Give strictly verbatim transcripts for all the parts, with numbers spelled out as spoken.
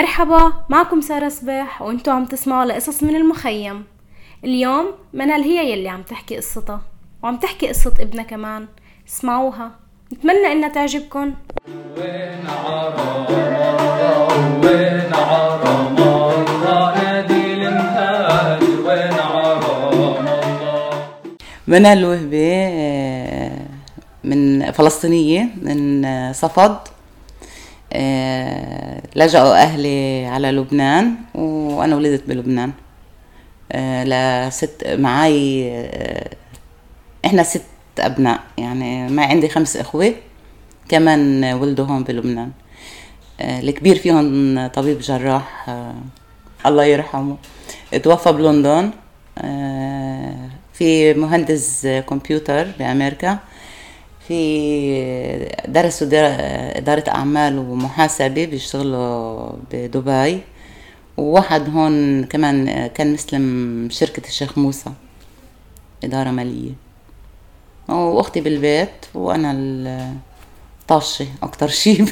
مرحبا، معكم سارة صباح وانتو عم تسمعوا لقصص من المخيم. اليوم منال هي يلي عم تحكي قصتها وعم تحكي قصة ابنها كمان. اسمعوها، نتمنى انها تعجبكن. وين عرام الله وين عرام الله نادي المهاجر وين عرام الله. منال الوهبي من فلسطينية من صفد. لجأوا أهلي على لبنان وأنا ولدت بلبنان. لست معاي إحنا ست أبناء، يعني ما عندي خمس إخوة كمان ولدوا هون بلبنان. الكبير فيهم طبيب جراح الله يرحمه توفى بلندن. في مهندس كمبيوتر بأمريكا، في درسوا إدارة أعمال ومحاسبة بيشتغلوا بدبي، وواحد هون كمان كان مسلم شركة الشيخ موسى إدارة مالية، وأختي بالبيت وأنا الطاشة أكتر شيء.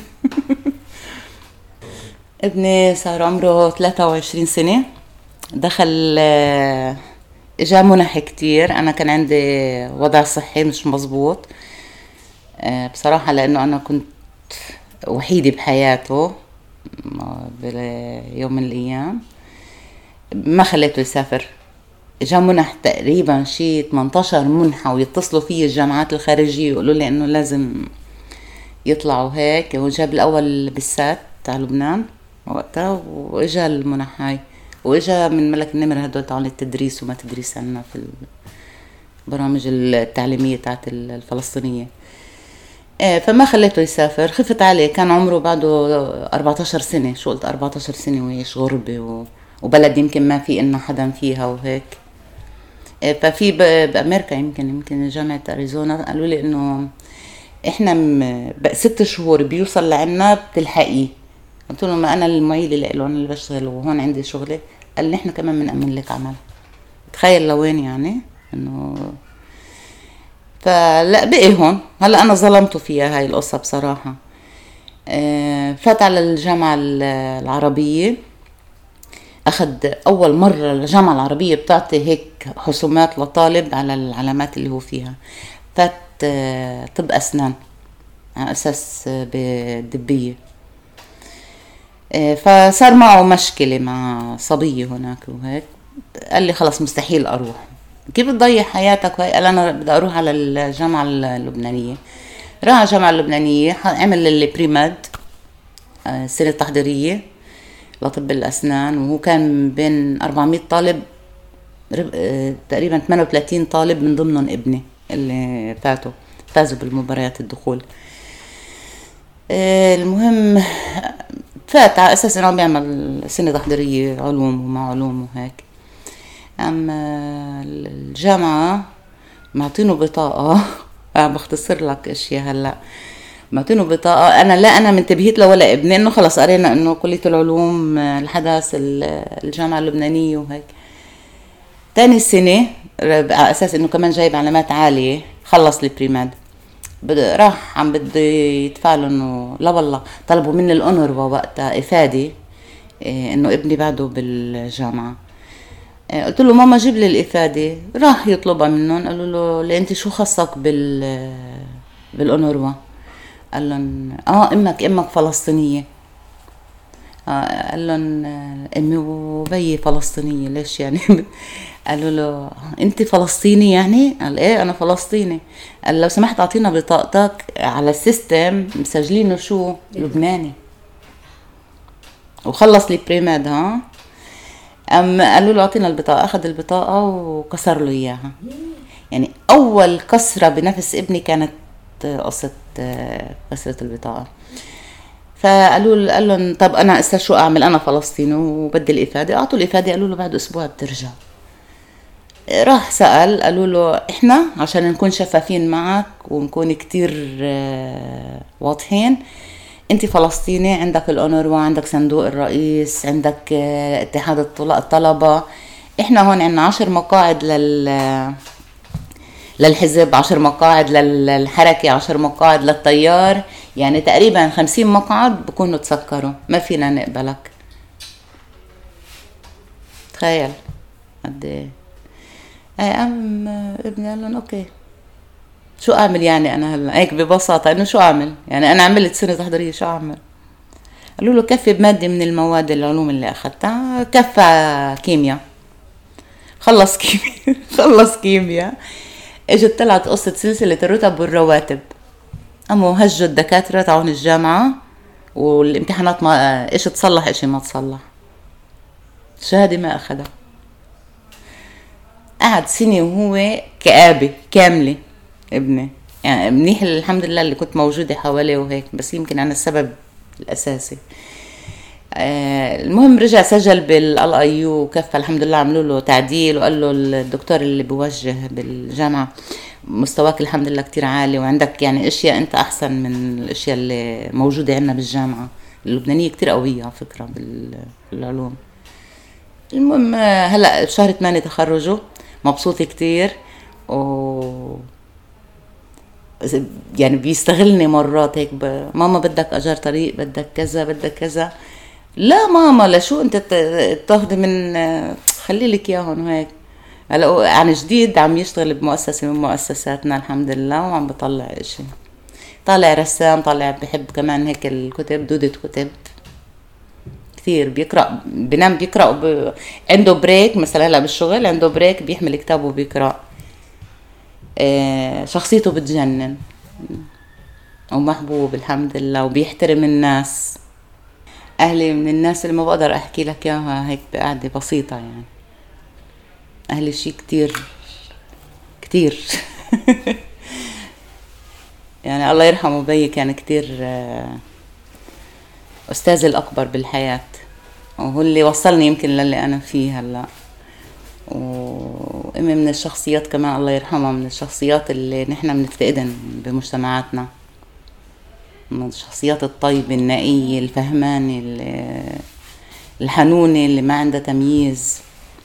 ابني صار عمره ثلاثة وعشرين سنة، دخل إجا منح كتير. أنا كان عندي وضع صحي مش مزبوط بصراحة، لأنه أنا كنت وحيدة بحياته بيوم من الأيام، ما خليته يسافر. إجا منح تقريبا شي ثمانية عشر منحة، ويتصلوا فيه الجامعات الخارجية يقولوا لي إنه لازم يطلعوا هيك. وجاب الأول بالسات تاع لبنان وقتها، وإجا المنح هاي، وإجا من ملك النمر هدول تعالوا التدريس وما تدريس عنا في البرامج التعليمية تاعت الفلسطينية. فما خليته يسافر، خفت عليه. كان عمره بعده أربعة عشر سنة. شو قلت أربعة عشر سنة ويعيش غربة وبلد يمكن ما في إنه حدا فيها وهيك. ففي بأمريكا يمكن يمكن جامعة أريزونا قالوا لي إنه إحنا ست شهور بيوصل لعنا بتلحقيه. قلت له ما أنا المعيلة له، أنا اللي بشتغل وهون عندي شغلي. قال لي إحنا كمان بنأمن لك عمل. تخيل لوين يعني إنه. فلا بقي هون. هلا انا ظلمته فيها هاي القصه بصراحه. فات على الجامعه العربيه، اخذ اول مره الجامعه العربيه بتعطي هيك خصومات لطالب على العلامات اللي هو فيها. فات طب اسنان على اساس بالدبيه. فصار معه مشكله مع صبيه هناك وهيك. قال لي خلص مستحيل اروح. كيف تضيع حياتك؟ قال انا بدي اروح على الجامعه اللبنانيه. راح على الجامعه اللبنانيه، عمل اللي بريماد سنه تحضيريه لطب الاسنان، وهو كان بين أربعمية طالب تقريبا ثمانية وثلاثين طالب من ضمنهم ابني اللي فاتوا فازوا بالمباريات الدخول. المهم فات على اساس انه عم بيعمل سنه تحضيريه علوم ومع علوم وهيك. أما الجامعة معطينه بطاقة. بختصر لك اشياء هلا. معطينه بطاقة. انا لا انا منتبهيت له ولا ابني انه خلص قرينا انه كلية العلوم الحدث الجامعة اللبنانية وهيك. تاني سنة على اساس انه كمان جايب علامات عالية خلص البريماد، راح عم بده يدفع له انه لا والله طلبوا من الأونروا وقتها افادة انه ابني بعده بالجامعة. قلت له ماما جيب لي الإفادة. راح يطلبها منهم. قالوا له ليه انت شو خصك بال بالأونروا؟ قال لهم اه امك امك فلسطينية. آه قال لهم امي وبي فلسطينية. ليش يعني؟ قالوا له انت فلسطيني يعني؟ قال ايه انا فلسطيني. قال لو سمحت اعطينا بطاقتك على السيستم مسجلينه شو لبناني. وخلص لي بريماد. ها أم قالوا له اعطينا البطاقة. أخذ البطاقة وكسر له إياها. يعني أول كسرة بنفس ابني كانت قصة كسرة البطاقة. فقالوا له قال لهم طب أنا إسا شو أعمل؟ أنا فلسطيني وبدي الإفادة. أعطوا الإفادة. قالوا له بعد أسبوع بترجع. راح سأل. قالوا له إحنا عشان نكون شفافين معك ونكون كتير واضحين، انت فلسطيني، عندك الأونروا، عندك صندوق الرئيس، عندك اتحاد الطلبة. احنا هون عندنا عشر مقاعد لل للحزب، عشر مقاعد للحركة، عشر مقاعد للتيار، يعني تقريبا خمسين مقعد بكونوا تسكروا، ما فينا نقبلك. تخيل قد ايه. اي قام ابني قال لهم اوكي شو اعمل يعني انا هلا هيك ببساطه، انه شو اعمل يعني انا عملت سنه تحضيريه شو اعمل؟ قالوا له كفي بماده من المواد العلوم اللي اخذتها، كفى كيمياء. خلص كيمياء خلص كيمياء. اجت طلعت قصه سلسله الرتب والرواتب، قاموا هجوا الدكاتره تاعون الجامعه والامتحانات ما ايش تصلح ايش ما تصلح، الشهاده ما اخذها. قعد سنه وهو كآبة كامله ابني. يعني منيح الحمد لله اللي كنت موجوده حواليه وهيك، بس يمكن انا السبب الاساسي. آه المهم رجع سجل بالال اي يو وكفى الحمد لله، عملوا له تعديل وقال له الدكتور اللي بوجه بالجامعه مستواك الحمد لله كتير عالي، وعندك يعني اشياء انت احسن من الاشياء اللي موجوده عندنا بالجامعه اللبنانيه، كتير قويه على فكره بالعلوم. المهم هلا بشهر ثمانية تخرجه، مبسوط كتير و يعني بيستغلني مرات هيك ب... ماما بدك اجار طريق، بدك كذا بدك كذا. لا ماما لشو انت تاخذي من خلي لك اياهم وهيك. هلا عن جديد عم يشتغل بمؤسسه من مؤسساتنا الحمد لله، وعم بطلع اشي، طالع رسام، طالع بحب كمان هيك الكتب، دودة كتب كثير، بيقرأ بنام بيقرأ ب... عنده بريك مثلا هلا بالشغل عنده بريك بيحمل كتاب وبيقرأ. شخصيته بتجنن ومحبوب الحمد لله، وبيحترم الناس. أهلي من الناس اللي ما بقدر أحكي لك إياها هيك بقعدة بسيطة، يعني أهلي شي كتير كتير يعني الله يرحمه بي كان كتير أستاذي الأكبر بالحياة، وهو اللي وصلني يمكن للي أنا فيه هلأ. وأمي من الشخصيات كمان الله يرحمها، من الشخصيات اللي نحن بنفتقدن بمجتمعاتنا، من الشخصيات الطيبة النقية الفهمانة الحنونة اللي ما عندها تمييز.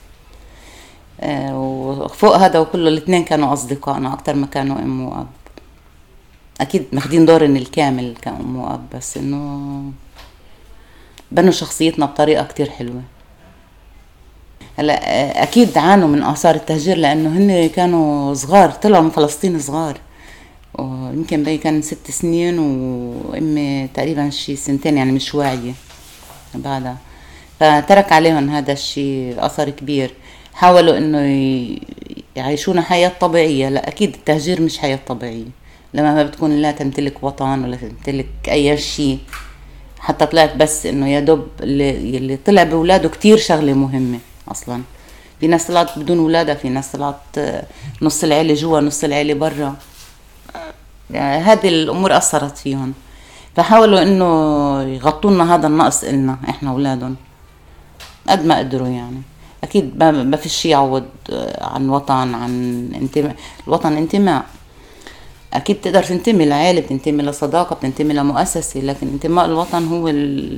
وفوق هذا وكله الاثنين كانوا أصدقائنا أكتر ما كانوا أم وأب. أكيد ماخدين دورن الكامل كأم وأب، بس إنه بنوا شخصيتنا بطريقة كتير حلوة. هلا اكيد عانوا من اثار التهجير، لانه هن كانوا صغار، طلعوا من فلسطين صغار، ويمكن بي كان ست سنين وامي تقريبا شي سنتين، يعني مش واعيه بعدها، فترك عليهم هذا الشيء اثر كبير. حاولوا انه يعيشونا حياه طبيعيه، لا اكيد التهجير مش حياه طبيعيه لما ما بتكون لا تمتلك وطن ولا تمتلك اي شيء. حتى طلعت بس انه يا دوب اللي, اللي طلع بولاده كتير شغله مهمه. اصلا في ناس طلعت بدون ولادة، في ناس طلعت نص العيلة جوا نص العيلة برا، يعني هذه الامور اثرت فيهم، فحاولوا انه يغطونا هذا النقص إلنا احنا اولادهم قد ما قدروا. يعني اكيد ما في شيء يعوض عن وطن، عن انتماء. الوطن انتماء، اكيد تقدر تنتمي لعائلة، بتنتمي لصداقة، بتنتمي لمؤسسة، لكن انتماء الوطن هو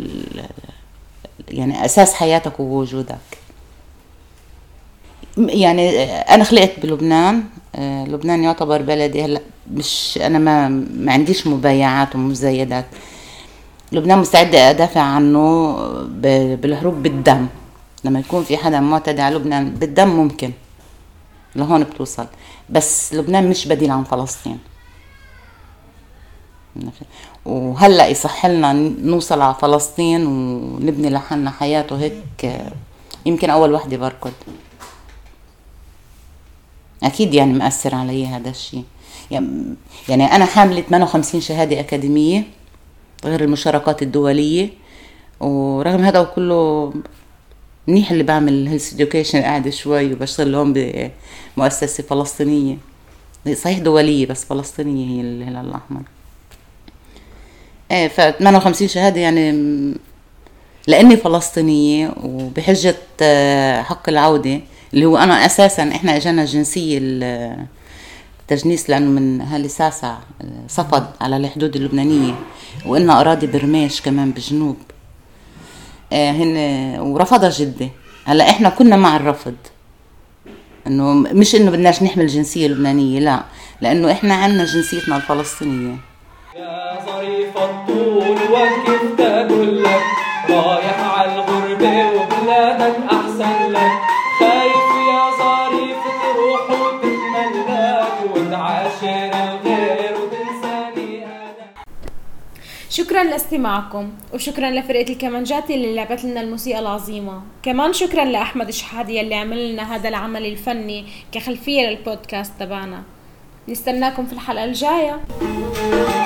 يعني اساس حياتك ووجودك. يعني انا خلقت بلبنان، لبنان يعتبر بلدي هلا، مش انا ما ما عنديش مبايعات ومزايدات. لبنان مستعده ادافع عنه بالحروب بالدم، لما يكون في حدا معتدي على لبنان بالدم ممكن لهون بتوصل، بس لبنان مش بديل عن فلسطين. وهلا يصح لنا نوصل على فلسطين ونبني لحالنا حياته هيك، يمكن اول وحده بركض. اكيد يعني مأثر علي هذا الشيء. يعني انا حامله ثمانية وخمسين شهاده اكاديميه غير المشاركات الدوليه، ورغم هذا وكله منيح اللي بعمل هيلث اديوكيشن، قاعده شوي وبشتغل لهم بمؤسسه فلسطينيه صحيح دوليه بس فلسطينيه، هي الهلال الاحمر. ايه ف ثمانية وخمسين شهاده يعني لاني فلسطينيه، وبحجه حق العوده اللي هو انا اساسا احنا اجانا الجنسيه التجنيس لانه من اهالي ساسع صفد على الحدود اللبنانيه، وإلنا اراضي برميش كمان بالجنوب. آه هن ورفضها جدة. هلا احنا كنا مع الرفض، انه مش انه بدناش نحمل جنسيه لبنانيه، لا، لانه احنا عندنا جنسيتنا الفلسطينيه. يا ظريف الطول والكيف تقول لك رايح على الغربه وبلادك احسن لك. شكرا لاستماعكم، وشكرا لفرقة الكمانجات اللي لعبت لنا الموسيقى العظيمة. كمان شكرا لأحمد شحادي اللي عمل لنا هذا العمل الفني كخلفية للبودكاست تبعنا. نستناكم في الحلقة الجاية.